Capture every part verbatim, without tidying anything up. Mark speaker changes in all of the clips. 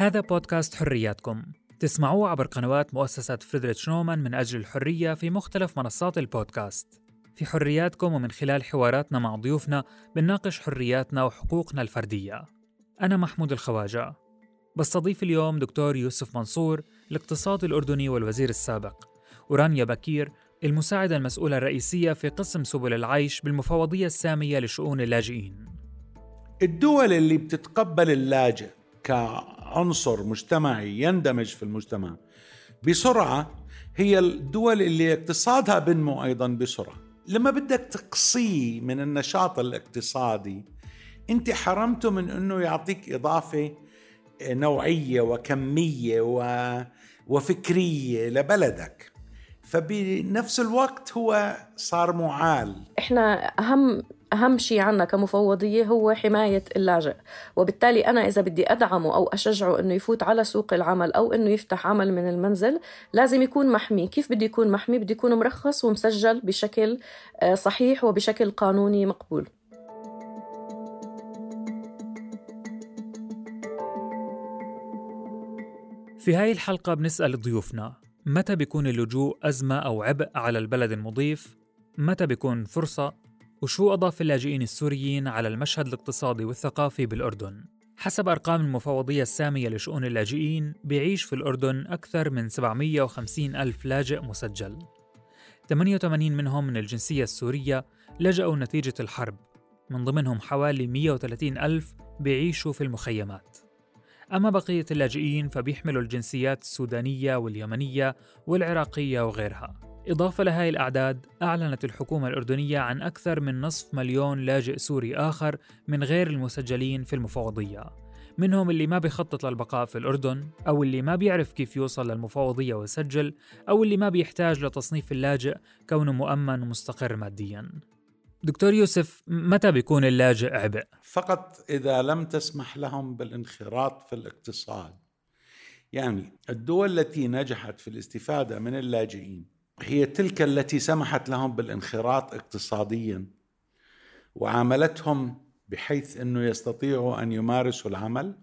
Speaker 1: هذا بودكاست حرياتكم، تسمعوه عبر قنوات مؤسسة فريدريتش نومان من أجل الحرية في مختلف منصات البودكاست. في حرياتكم ومن خلال حواراتنا مع ضيوفنا بنناقش حرياتنا وحقوقنا الفردية. أنا محمود الخواجة، بستضيف اليوم دكتور يوسف منصور الاقتصادي الأردني والوزير السابق، ورانيا بكير المساعدة المسؤولة الرئيسية في قسم سبل العيش بالمفوضية السامية لشؤون اللاجئين.
Speaker 2: الدول اللي بتتقبل اللاجئ كعنصر مجتمعي يندمج في المجتمع بسرعة هي الدول اللي اقتصادها بنمو أيضا بسرعة. لما بدك تقصيه من النشاط الاقتصادي أنت حرمته من أنه يعطيك إضافة نوعية وكمية وفكرية لبلدك، فبنفس الوقت هو صار معال.
Speaker 3: إحنا أهم أهم شيء عنا كمفوضية هو حماية اللاجئ، وبالتالي أنا إذا بدي أدعمه أو أشجعه إنه يفوت على سوق العمل أو إنه يفتح عمل من المنزل لازم يكون محمي. كيف بدي يكون محمي؟ بدي يكون مرخص ومسجل بشكل صحيح وبشكل قانوني مقبول.
Speaker 1: في هاي الحلقة بنسأل ضيوفنا: متى بيكون اللجوء أزمة أو عبء على البلد المضيف؟ متى بيكون فرصة؟ وشو أضاف اللاجئين السوريين على المشهد الاقتصادي والثقافي بالأردن؟ حسب أرقام المفوضية السامية لشؤون اللاجئين بيعيش في الأردن أكثر من سبعمية وخمسين ألف لاجئ مسجل، ثمانية وثمانين منهم من الجنسية السورية لجأوا نتيجة الحرب، من ضمنهم حوالي مية وثلاثين ألف بيعيشوا في المخيمات. أما بقية اللاجئين فبيحملوا الجنسيات السودانية واليمنية والعراقية وغيرها. إضافة لهاي الأعداد، أعلنت الحكومة الأردنية عن أكثر من نصف مليون لاجئ سوري آخر من غير المسجلين في المفوضية، منهم اللي ما بيخطط للبقاء في الأردن، أو اللي ما بيعرف كيف يوصل للمفوضية ويسجل، أو اللي ما بيحتاج لتصنيف اللاجئ كونه مؤمن ومستقر مادياً. دكتور يوسف، متى بيكون اللاجئ عبء؟
Speaker 2: فقط إذا لم تسمح لهم بالانخراط في الاقتصاد. يعني الدول التي نجحت في الاستفادة من اللاجئين هي تلك التي سمحت لهم بالانخراط اقتصاديا وعاملتهم بحيث أنه يستطيعوا أن يمارسوا العمل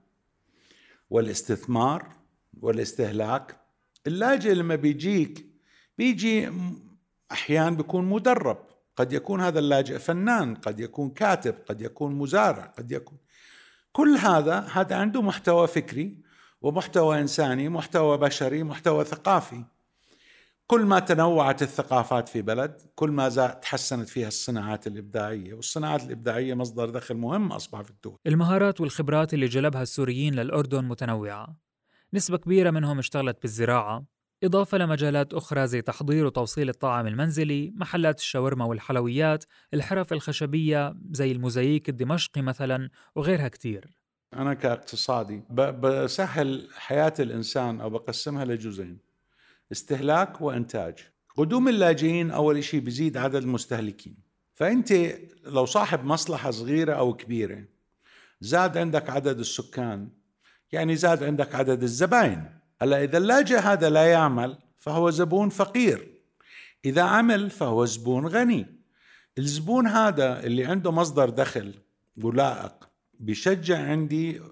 Speaker 2: والاستثمار والاستهلاك. اللاجئ لما بيجيك بيجي أحيان بيكون مدرب، قد يكون هذا اللاجئ فنان، قد يكون كاتب، قد يكون مزارع، قد يكون كل هذا هذا عنده محتوى فكري ومحتوى إنساني، محتوى بشري، محتوى ثقافي. كل ما تنوعت الثقافات في بلد كل ما زاد تحسنت فيها الصناعات الإبداعية، والصناعات الإبداعية مصدر دخل مهم أصبح في الدول.
Speaker 1: المهارات والخبرات اللي جلبها السوريين للأردن متنوعة، نسبة كبيرة منهم اشتغلت بالزراعة، إضافة لمجالات أخرى زي تحضير وتوصيل الطعام المنزلي، محلات الشاورما والحلويات، الحرف الخشبية زي الموزاييك الدمشقي مثلا، وغيرها كتير.
Speaker 2: أنا كاقتصادي بسهل حياة الإنسان أو بقسمها لجزئين: استهلاك وإنتاج. قدوم اللاجئين أول شيء بيزيد عدد المستهلكين، فأنت لو صاحب مصلحة صغيرة أو كبيرة زاد عندك عدد السكان، يعني زاد عندك عدد الزبائن. هلا إذا اللاجئ هذا لا يعمل فهو زبون فقير، إذا عمل فهو زبون غني. الزبون هذا اللي عنده مصدر دخل ولائق بيشجع عندي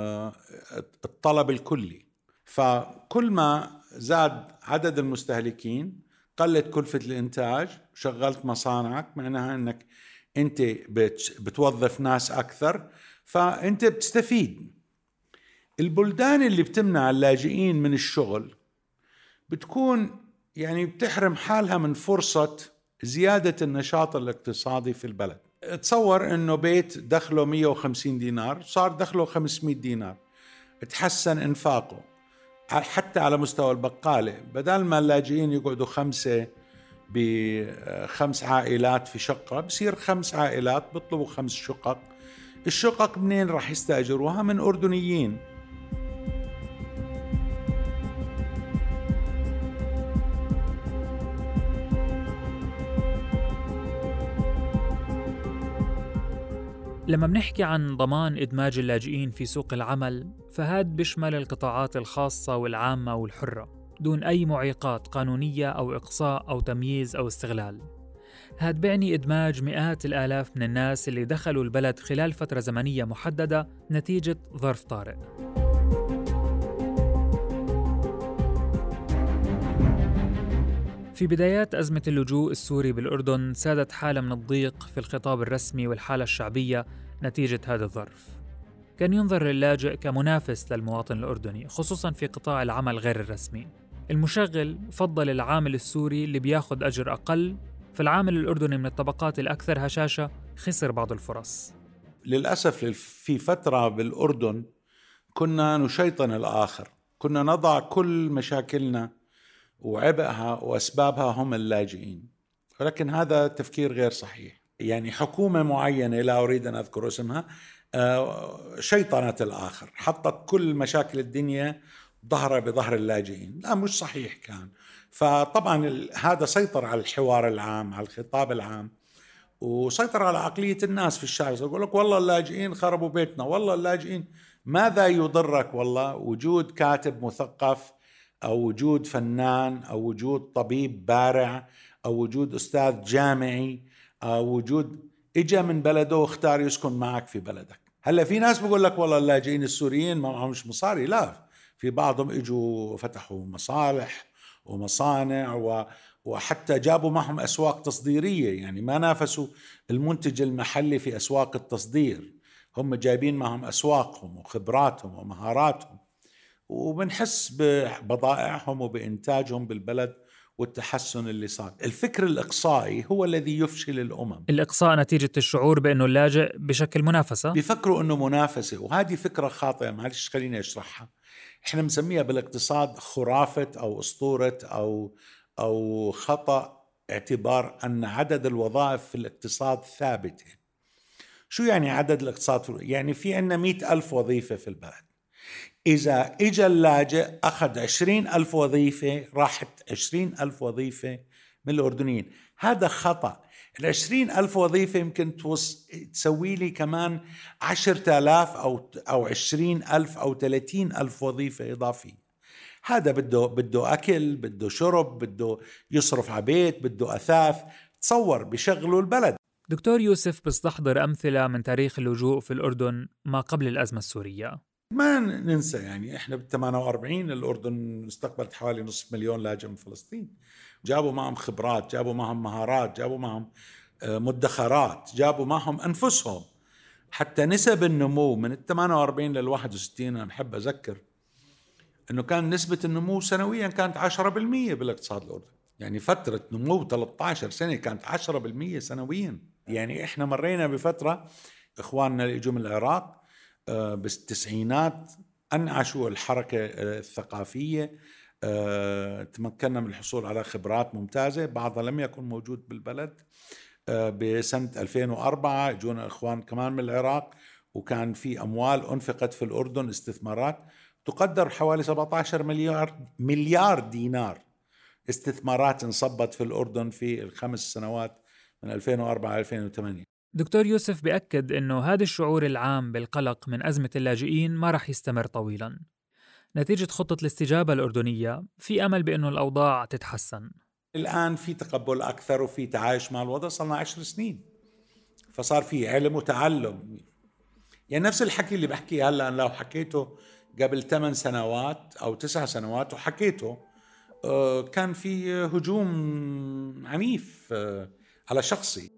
Speaker 2: الطلب الكلي، فكل ما زاد عدد المستهلكين قلت كلفة الإنتاج، شغلت مصانعك، معناها أنك أنت بتوظف ناس أكثر، فأنت بتستفيد. البلدان اللي بتمنع اللاجئين من الشغل بتكون يعني بتحرم حالها من فرصة زيادة النشاط الاقتصادي في البلد. تصور أنه بيت دخله مية وخمسين دينار صار دخله خمسمية دينار، تحسن إنفاقه. حتى على مستوى البقالة، بدل ما اللاجئين يقعدوا خمسة بخمس عائلات في شقة، بصير خمس عائلات بيطلبوا خمس شقق. الشقق منين راح يستأجروها؟ من أردنيين.
Speaker 1: لما بنحكي عن ضمان إدماج اللاجئين في سوق العمل، فهاد بيشمل القطاعات الخاصة والعامة والحرة دون أي معيقات قانونية أو إقصاء أو تمييز أو استغلال. هاد بيعني إدماج مئات الآلاف من الناس اللي دخلوا البلد خلال فترة زمنية محددة نتيجة ظرف طارئ. في بدايات أزمة اللجوء السوري بالأردن سادت حالة من الضيق في الخطاب الرسمي والحالة الشعبية نتيجة هذا الظرف. كان ينظر للاجئ كمنافس للمواطن الأردني، خصوصاً في قطاع العمل غير الرسمي. المشغل فضل العامل السوري اللي بياخد أجر أقل، فالعامل الأردني من الطبقات الأكثر هشاشة خسر بعض الفرص.
Speaker 2: للأسف في فترة بالأردن كنا نشيطن الآخر، كنا نضع كل مشاكلنا وعبئها وأسبابها هم اللاجئين، ولكن هذا تفكير غير صحيح. يعني حكومة معينة لا أريد أن أذكر اسمها شيطنت الآخر، حطت كل مشاكل الدنيا ظهر بظهر اللاجئين. لا، مش صحيح كان. فطبعا هذا سيطر على الحوار العام، على الخطاب العام، وسيطر على عقلية الناس في الشارع. يقول لك والله اللاجئين خربوا بيتنا، والله اللاجئين. ماذا يضرك والله وجود كاتب مثقف أو وجود فنان أو وجود طبيب بارع أو وجود أستاذ جامعي أو وجود إجا من بلده واختار يسكن معك في بلدك؟ هلا في ناس بيقول لك والله اللاجئين السوريين ما معهم مش مصاري. لا، في بعضهم إجوا فتحوا مصالح ومصانع و وحتى جابوا معهم أسواق تصديرية، يعني ما نافسوا المنتج المحلي في أسواق التصدير، هم جايبين معهم أسواقهم وخبراتهم ومهاراتهم، وبنحس ببضائعهم وبإنتاجهم بالبلد والتحسن اللي صار. الفكر الإقصائي هو الذي يفشل الأمم.
Speaker 1: الإقصاء نتيجة الشعور بأنه اللاجئ بشكل منافسة،
Speaker 2: بيفكروا أنه منافسة، وهذه فكرة خاطئة. معلش خليني أشرحها. إحنا مسميها بالاقتصاد خرافة أو أسطورة أو أو خطأ اعتبار أن عدد الوظائف في الاقتصاد ثابتة. شو يعني عدد الاقتصاد؟ يعني في عنا مئة ألف وظيفة في البلد، إذا إجا اللاجئ أخذ عشرين ألف وظيفة، راحت عشرين ألف وظيفة من الأردنيين. هذا خطأ. العشرين ألف وظيفة يمكن توص... تسوي لي كمان عشرة آلاف أو أو عشرين ألف أو ثلاثين ألف وظيفة إضافية. هذا بده بده أكل، بده شرب، بده يصرف على بيت، بده أثاث. تصور بشغلوا البلد.
Speaker 1: دكتور يوسف بيستحضر أمثلة من تاريخ اللجوء في الأردن ما قبل الأزمة السورية.
Speaker 2: ما ننسى يعني إحنا بالثمانية وأربعين الأردن استقبلت حوالي نصف مليون لاجئ من فلسطين. جابوا معهم خبرات، جابوا معهم مهارات، جابوا معهم مدخرات، جابوا معهم أنفسهم. حتى نسب النمو من الثمانية وأربعين للواحد وستين، أنا بحب أذكر أنه كان نسبة النمو سنويا كانت عشرة بالمئة بالاقتصاد الأردني. يعني فترة نمو ثلاثة عشر سنة كانت عشرة بالمئة سنويا. يعني إحنا مرينا بفترة إخواننا اللي يجوا من العراق بالتسعينات أنعشوا الحركة الثقافية، تمكنا من الحصول على خبرات ممتازة، بعضها لم يكن موجود بالبلد. بسنة ألفين وأربعة جونا إخوان كمان من العراق، وكان في أموال أنفقت في الأردن، استثمارات تقدر حوالي سبعة عشر مليار مليار دينار، استثمارات انصبت في الأردن في الخمس سنوات من ألفين وأربعة إلى ألفين وثمانية.
Speaker 1: دكتور يوسف بيأكد إنه هذا الشعور العام بالقلق من أزمة اللاجئين ما رح يستمر طويلاً. نتيجة خطة الاستجابة الأردنية في أمل بأنه الأوضاع تتحسن.
Speaker 2: الآن في تقبل أكثر وفي تعايش مع الوضع، صلنا عشر سنين، فصار في علم وتعلم. يعني نفس الحكي اللي بحكيه هلأ لو حكيته قبل ثمان سنوات أو تسع سنوات وحكيته كان في هجوم عنيف على شخصي.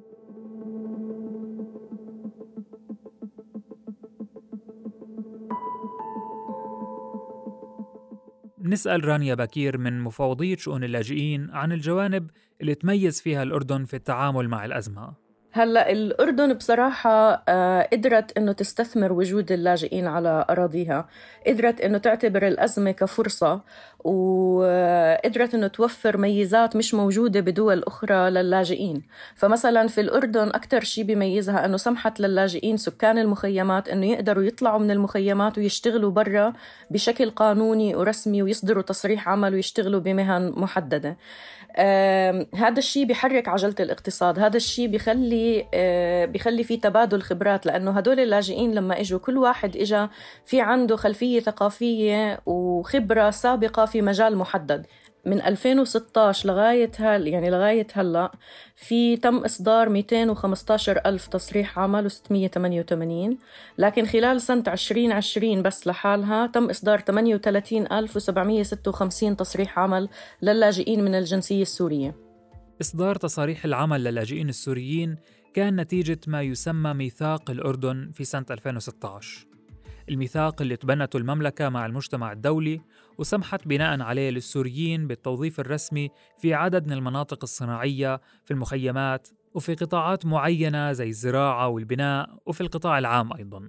Speaker 1: نسأل رانيا بكير من مفوضية شؤون اللاجئين عن الجوانب اللي تميز فيها الأردن في التعامل مع الأزمة.
Speaker 3: هلأ الأردن بصراحة قدرت أنه تستثمر وجود اللاجئين على أراضيها، قدرت أنه تعتبر الأزمة كفرصة، وقدرت أنه توفر ميزات مش موجودة بدول أخرى للاجئين. فمثلا في الأردن أكتر شيء بيميزها أنه سمحت للاجئين سكان المخيمات أنه يقدروا يطلعوا من المخيمات ويشتغلوا برا بشكل قانوني ورسمي، ويصدروا تصريح عمل ويشتغلوا بمهن محددة. هذا الشيء بيحرك عجلة الاقتصاد، هذا الشيء بيخلي بيخلي فيه تبادل خبرات، لأنه هدول اللاجئين لما إجوا كل واحد إجا في عنده خلفية ثقافية وخبرة سابقة في مجال محدد. من ألفين وستة عشر لغاية هال يعني لغاية هلأ في تم إصدار مئتين وخمسة عشر ألف تصريح عمل وستمية وثمانية وثمانين، لكن خلال سنة عشرين عشرين بس لحالها تم إصدار ثمانية وثلاثين ألف وسبعمية وستة وخمسين تصريح عمل للاجئين من الجنسية السورية.
Speaker 1: إصدار تصاريح العمل للاجئين السوريين كان نتيجة ما يسمى ميثاق الأردن في سنة ألفين وستة عشر، الميثاق اللي تبنته المملكة مع المجتمع الدولي وسمحت بناء عليه للسوريين بالتوظيف الرسمي في عدد من المناطق الصناعية في المخيمات وفي قطاعات معينة زي الزراعة والبناء وفي القطاع العام أيضاً.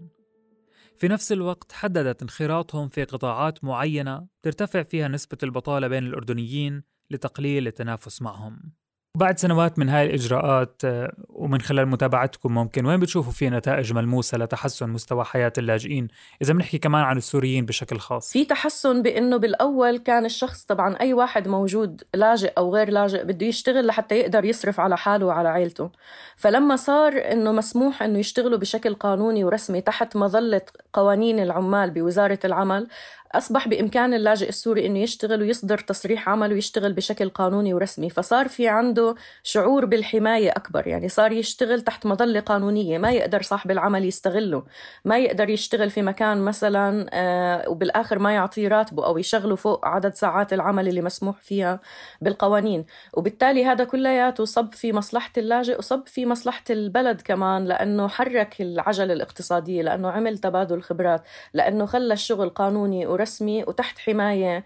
Speaker 1: في نفس الوقت حددت انخراطهم في قطاعات معينة ترتفع فيها نسبة البطالة بين الأردنيين لتقليل التنافس معهم. بعد سنوات من هاي الإجراءات ومن خلال متابعتكم ممكن وين بتشوفوا في نتائج ملموسة لتحسن مستوى حياة اللاجئين إذا بنحكي كمان عن السوريين بشكل خاص؟
Speaker 3: في تحسن بأنه بالأول كان الشخص طبعا أي واحد موجود لاجئ أو غير لاجئ بده يشتغل لحتى يقدر يصرف على حاله وعلى عائلته، فلما صار أنه مسموح أنه يشتغلوا بشكل قانوني ورسمي تحت مظلة قوانين العمال بوزارة العمل، أصبح بإمكان اللاجئ السوري إنه يشتغل ويصدر تصريح عمل ويشتغل بشكل قانوني ورسمي، فصار في عنده شعور بالحماية أكبر، يعني صار يشتغل تحت مظلة قانونية، ما يقدر صاحب العمل يستغله، ما يقدر يشتغل في مكان مثلا آه وبالآخر ما يعطيه راتبه أو يشغله فوق عدد ساعات العمل اللي مسموح فيها بالقوانين. وبالتالي هذا كلياته صب في مصلحة اللاجئ وصب في مصلحة البلد كمان، لأنه حرك العجلة الاقتصادية، لأنه عمل تبادل خبرات، لأنه خلى الشغل قانوني ورسمي وتحت حماية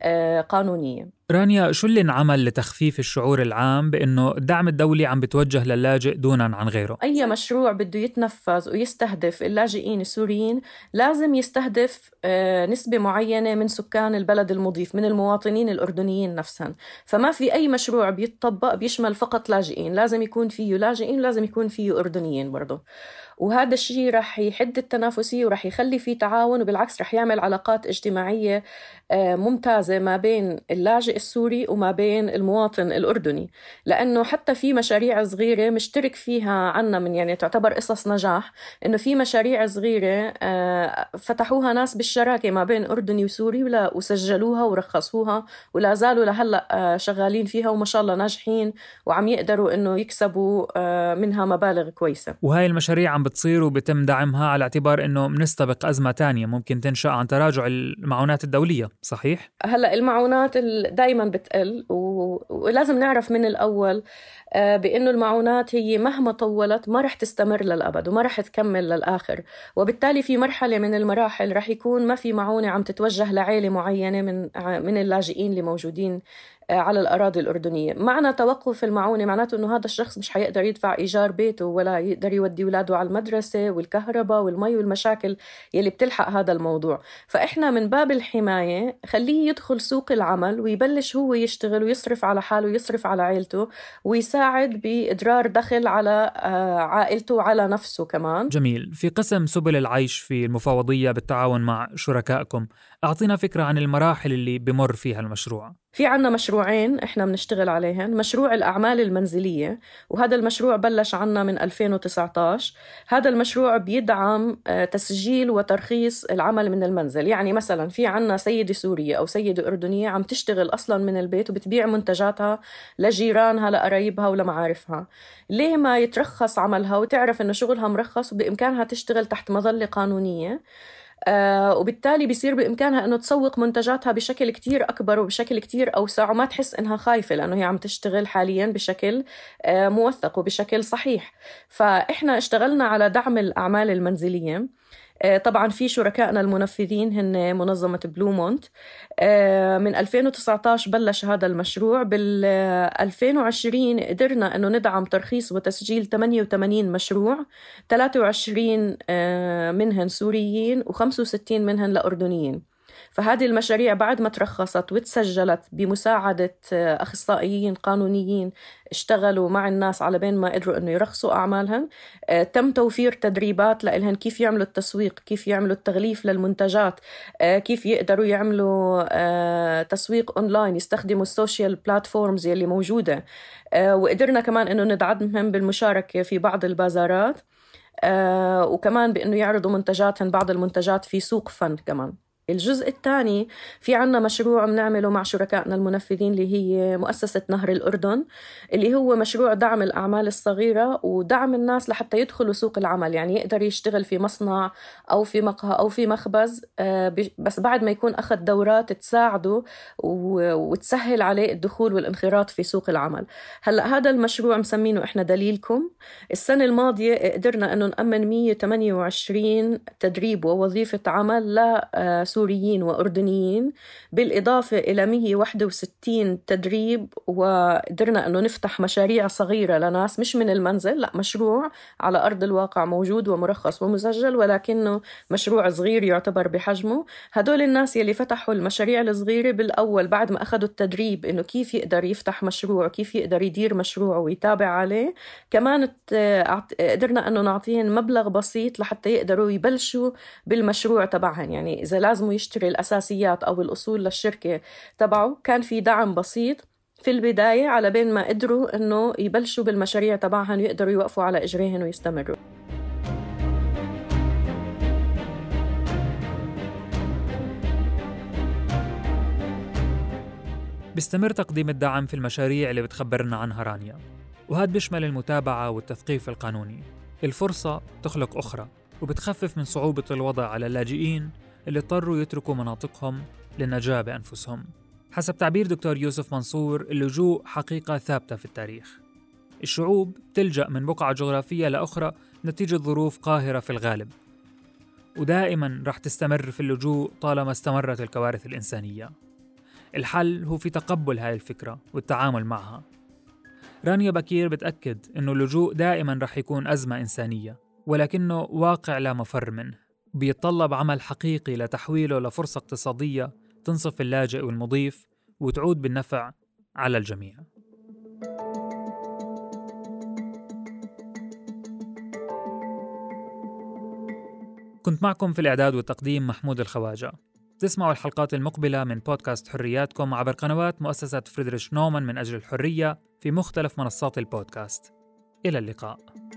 Speaker 3: قانونية.
Speaker 1: رانيا، شو اللي انعمل لتخفيف الشعور العام بأنه الدعم الدولي عم بتوجه للاجئ دونا عن غيره؟
Speaker 3: أي مشروع بده يتنفذ ويستهدف اللاجئين السوريين لازم يستهدف نسبة معينة من سكان البلد المضيف، من المواطنين الأردنيين نفسهم، فما في أي مشروع بيتطبق بيشمل فقط لاجئين، لازم يكون فيه لاجئين، لازم يكون فيه أردنيين برضو. وهذا الشيء رح يحد التنافسية ورح يخلي فيه تعاون، وبالعكس رح يعمل علاقات اجتماعية ممتازة ما بين اللاجئ السوري وما بين المواطن الأردني، لأنه حتى في مشاريع صغيرة مشترك فيها عنا من يعني تعتبر قصص نجاح، إنه في مشاريع صغيرة فتحوها ناس بالشراكة ما بين أردني وسوري وسجلوها ورخصوها ولا زالوا لهلأ شغالين فيها وما شاء الله ناجحين وعم يقدروا إنه يكسبوا منها مبالغ كويسة.
Speaker 1: وهاي المشاريع عم بتصير وبتم دعمها على اعتبار إنه بنستبق أزمة تانية ممكن تنشأ عن تراجع المعونات الدولية، صحيح؟
Speaker 3: هلأ المعونات دايما بتقل ولازم نعرف من الأول بأنه المعونات هي مهما طولت ما رح تستمر للأبد وما رح تكمل للآخر، وبالتالي في مرحلة من المراحل رح يكون ما في معونة عم تتوجه لعائلة معينة من من اللاجئين اللي موجودين على الأراضي الأردنية. معنى توقف المعونة معناته أنه هذا الشخص مش حيقدر يدفع إيجار بيته ولا يقدر يودي ولاده على المدرسة والكهرباء والمي والمشاكل يلي بتلحق هذا الموضوع. فإحنا من باب الحماية خليه يدخل سوق العمل ويبلش هو يشتغل ويصرف على حاله ويصرف على عائلته ويساعد بإدرار دخل على عائلته وعلى نفسه كمان.
Speaker 1: جميل. في قسم سبل العيش في المفوضية بالتعاون مع شركائكم، أعطينا فكرة عن المراحل اللي بمر فيها المشروع.
Speaker 3: في عنا مشروعين إحنا بنشتغل عليهن، مشروع الأعمال المنزلية وهذا المشروع بلش عنا من ألفين وتسعة عشر. هذا المشروع بيدعم تسجيل وترخيص العمل من المنزل، يعني مثلا في عنا سيدة سورية أو سيدة أردنية عم تشتغل أصلا من البيت وبتبيع منتجاتها لجيرانها لقرايبها ولمعارفها، ليه ما يترخص عملها وتعرف إنه شغلها مرخص وبإمكانها تشتغل تحت مظلة قانونية، آه وبالتالي بيصير بإمكانها أنه تسوق منتجاتها بشكل كتير أكبر وبشكل كتير أوسع وما تحس إنها خايفة لأنه هي عم تشتغل حاليا بشكل آه موثق وبشكل صحيح. فإحنا اشتغلنا على دعم الأعمال المنزلية. طبعا في شركائنا المنفذين هن منظمة بلومونت. من ألفين وتسعة عشر بلش هذا المشروع، بال ألفين وعشرين قدرنا أنه ندعم ترخيص وتسجيل ثمانية وثمانين مشروع، ثلاثة وعشرين منهن سوريين وخمسة وستين منهن لأردنيين. فهذه المشاريع بعد ما ترخصت وتسجلت بمساعدة أخصائيين قانونيين اشتغلوا مع الناس على بين ما قدروا أنه يرخصوا أعمالهم، تم توفير تدريبات لإلهن كيف يعملوا التسويق، كيف يعملوا التغليف للمنتجات، كيف يقدروا يعملوا تسويق أونلاين، يستخدموا السوشيال بلاتفورمز يلي موجودة، وقدرنا كمان أنه ندعمهم بالمشاركة في بعض البازارات، وكمان بأنه يعرضوا منتجاتهم بعض المنتجات في سوق فن كمان. الجزء الثاني في عنا مشروع بنعمله مع شركائنا المنفذين اللي هي مؤسسة نهر الأردن، اللي هو مشروع دعم الأعمال الصغيرة ودعم الناس لحتى يدخلوا سوق العمل، يعني يقدر يشتغل في مصنع أو في مقهى أو في مخبز، بس بعد ما يكون أخذ دورات تساعده وتسهل عليه الدخول والانخراط في سوق العمل. هلأ هذا المشروع مسمينه إحنا دليلكم. السنة الماضية قدرنا أنه نأمن مية وثمانية وعشرين تدريب ووظيفة عمل ل سوريين وأردنيين، بالإضافة إلى مية وواحد وستين تدريب، وقدرنا أنه نفتح مشاريع صغيرة لناس مش من المنزل، لا مشروع على أرض الواقع موجود ومرخص ومسجل، ولكنه مشروع صغير يعتبر بحجمه. هدول الناس يلي فتحوا المشاريع الصغيرة بالأول بعد ما أخذوا التدريب إنه كيف يقدر يفتح مشروع، كيف يقدر يدير مشروع ويتابع عليه، كمان قدرنا أنه نعطيهم مبلغ بسيط لحتى يقدروا يبلشوا بالمشروع تبعهم. يعني إذا لازم يشتري الأساسيات أو الأصول للشركة تبعه، كان في دعم بسيط في البداية على بين ما قدروا إنه يبلشوا بالمشاريع تبعهم ويقدروا يوقفوا على إجريهن ويستمروا.
Speaker 1: بيستمر تقديم الدعم في المشاريع اللي بتخبرنا عنها رانيا، وهذا بيشمل المتابعة والتثقيف القانوني. الفرصة تخلق أخرى وبتخفف من صعوبة الوضع على اللاجئين اللي اضطروا يتركوا مناطقهم للنجاة بأنفسهم. حسب تعبير دكتور يوسف منصور، اللجوء حقيقة ثابتة في التاريخ. الشعوب تلجأ من بقعة جغرافية لأخرى نتيجة ظروف قاهرة في الغالب، ودائماً رح تستمر في اللجوء طالما استمرت الكوارث الإنسانية. الحل هو في تقبل هاي الفكرة والتعامل معها. رانيا بكير بتأكد إنه اللجوء دائماً رح يكون أزمة إنسانية، ولكنه واقع لا مفر منه، بيتطلب عمل حقيقي لتحويله لفرصة اقتصادية تنصف اللاجئ والمضيف وتعود بالنفع على الجميع. كنت معكم في الإعداد والتقديم محمود الخواجة. تسمعوا الحلقات المقبلة من بودكاست حرياتكم عبر قنوات مؤسسة فريدريش نومان من أجل الحرية في مختلف منصات البودكاست. إلى اللقاء.